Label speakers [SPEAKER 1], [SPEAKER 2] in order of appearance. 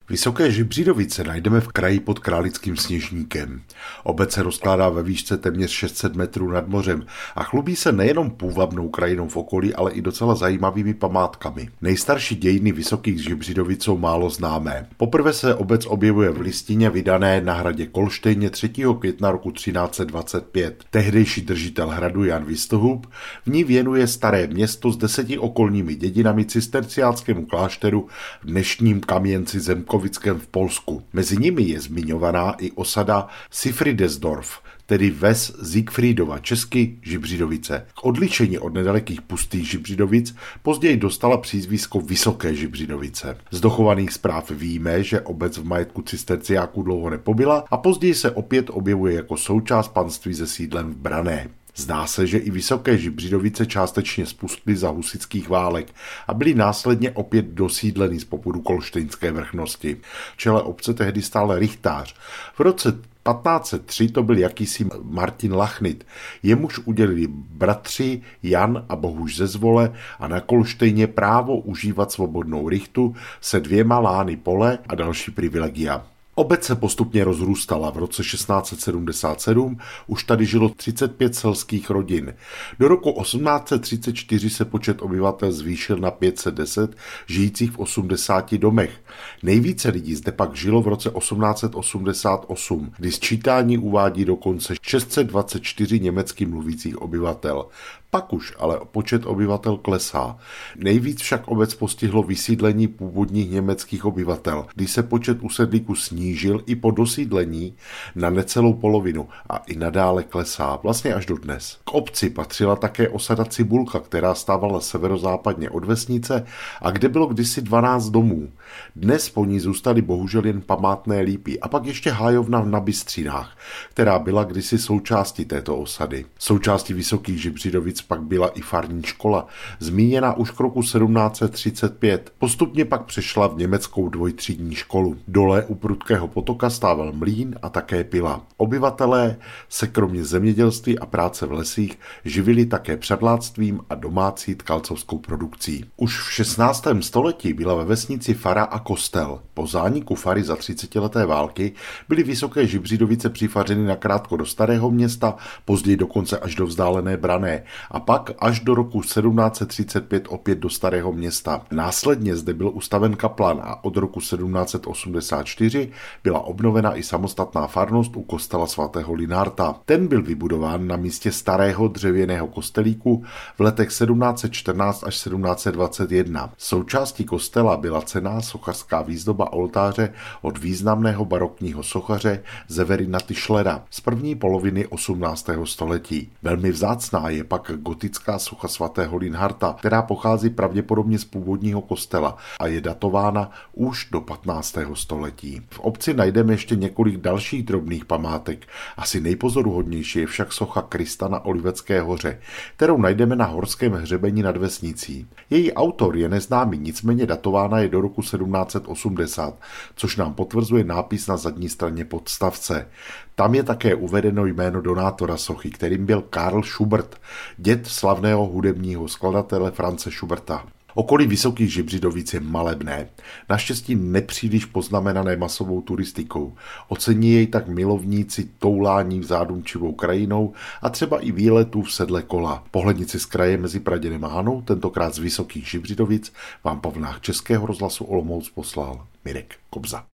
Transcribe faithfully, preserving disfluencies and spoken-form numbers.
[SPEAKER 1] Vysoké Žibřidovice najdeme v kraji pod Králickým Sněžníkem. Obec se rozkládá ve výšce téměř šest set metrů nad mořem a chlubí se nejenom půvabnou krajinou v okolí, ale i docela zajímavými památkami. Nejstarší dějiny Vysokých Žibřidovic jsou málo známé. Poprvé se obec objevuje v listině vydané na hradě Kolštejně třetího května roku třináct set dvacet pět. Tehdejší držitel hradu Jan Vystuhub v ní věnuje staré město s deseti okolními dědinami cisterciánskému klášteru v dnešním Kamjenci Zemkovickém v Polsku. Mezi nimi je zmiňovaná i osada Sifridesdorf, tedy ves Siegfriedova, česky Žibřidovice. K odlišení od nedalekých pustých Žibřidovic později dostala přízvisko Vysoké Žibřidovice. Z dochovaných zpráv víme, že obec v majetku cisterciáků dlouho nepobyla a později se opět objevuje jako součást panství se sídlem v Branné. Zdá se, že i Vysoké Žibřidovice částečně spustly za husitských válek a byly následně opět dosídleny z popudu kolštejnské vrchnosti. V čele obce tehdy stál rychtář. V roce patnáct set tři to byl jakýsi Martin Lachnit. Jemuž udělili bratři Jan a Bohuž ze Zvole a na Kolštejně právo užívat svobodnou rychtu se dvěma lány pole a další privilegia. Obec se postupně rozrůstala. V roce šestnáct set sedmdesát sedm už tady žilo třicet pět selských rodin. Do roku osmnáct set třicet čtyři se počet obyvatel zvýšil na pět set deset, žijících v osmdesáti domech. Nejvíce lidí zde pak žilo v roce osmnáct set osmdesát osm, kdy sčítání uvádí dokonce šest set dvacet čtyři německy mluvících obyvatel. Pak už ale počet obyvatel klesá. Nejvíc však obec postihlo vysídlení původních německých obyvatel, kdy se počet usedlíků snížil i po dosídlení na necelou polovinu a i nadále klesá, vlastně až do dnes. K obci patřila také osada Cibulka, která stávala severozápadně od vesnice a kde bylo kdysi dvanáct domů. Dnes po ní zůstaly bohužel jen památné lípy a pak ještě hájovna na Bystřinách, která byla kdysi součástí této osady. Součástí Vysokých Žibřidovic pak byla i farní škola, zmíněná už k roku sedmnáct set třicet pět. Postupně pak přešla v německou dvojtřídní školu. Dole u prudkého potoka stával mlýn a také pila. Obyvatelé se kromě zemědělství a práce v lesích živili také předláctvím a domácí tkalcovskou produkcí. Už v šestnáctém století byla ve vesnici fara a kostel. Po zániku fary za třicetileté války byly Vysoké Žibřidovice přifařeny nakrátko do Starého Města, později dokonce až do vzdálené Branné a pak až do roku sedmnáct set třicet pět opět do Starého Města. Následně zde byl ustaven kaplan a od roku sedmnáct set osmdesát čtyři byla obnovena i samostatná farnost u kostela svatého Linarta. Ten byl vybudován na místě starého dřevěného kostelíku v letech sedmnáct set čtrnáct až sedmnáct set dvacet jedna. Součástí kostela byla cenná sochařská výzdoba oltáře od významného barokního sochaře Severina Tischlera z první poloviny osmnáctého století. Velmi vzácná je pak gotická socha svatého Linharta, která pochází pravděpodobně z původního kostela a je datována už do patnáctého století. V obci najdeme ještě několik dalších drobných památek. Asi nejpozoruhodnější je však socha Krista na Olivecké hoře, kterou najdeme na horském hřebeni nad vesnicí. Její autor je neznámý, nicméně datována je do roku sedmnáct set osmdesát, což nám potvrzuje nápis na zadní straně podstavce. Tam je také uvedeno jméno donátora sochy, kterým byl Karl Schubert, děd slavného hudebního skladatele France Schuberta. Okolí Vysokých Žibřidovic je malebné, naštěstí nepříliš poznamenané masovou turistikou. Ocení jej tak milovníci toulání v zádumčivou krajinou a třeba i výletů v sedle kola. Pohlednici z kraje mezi Praděnem a Hanou, tentokrát z Vysokých Žibřidovic, vám po vlnách Českého rozhlasu Olomouc poslal Mirek Kobza.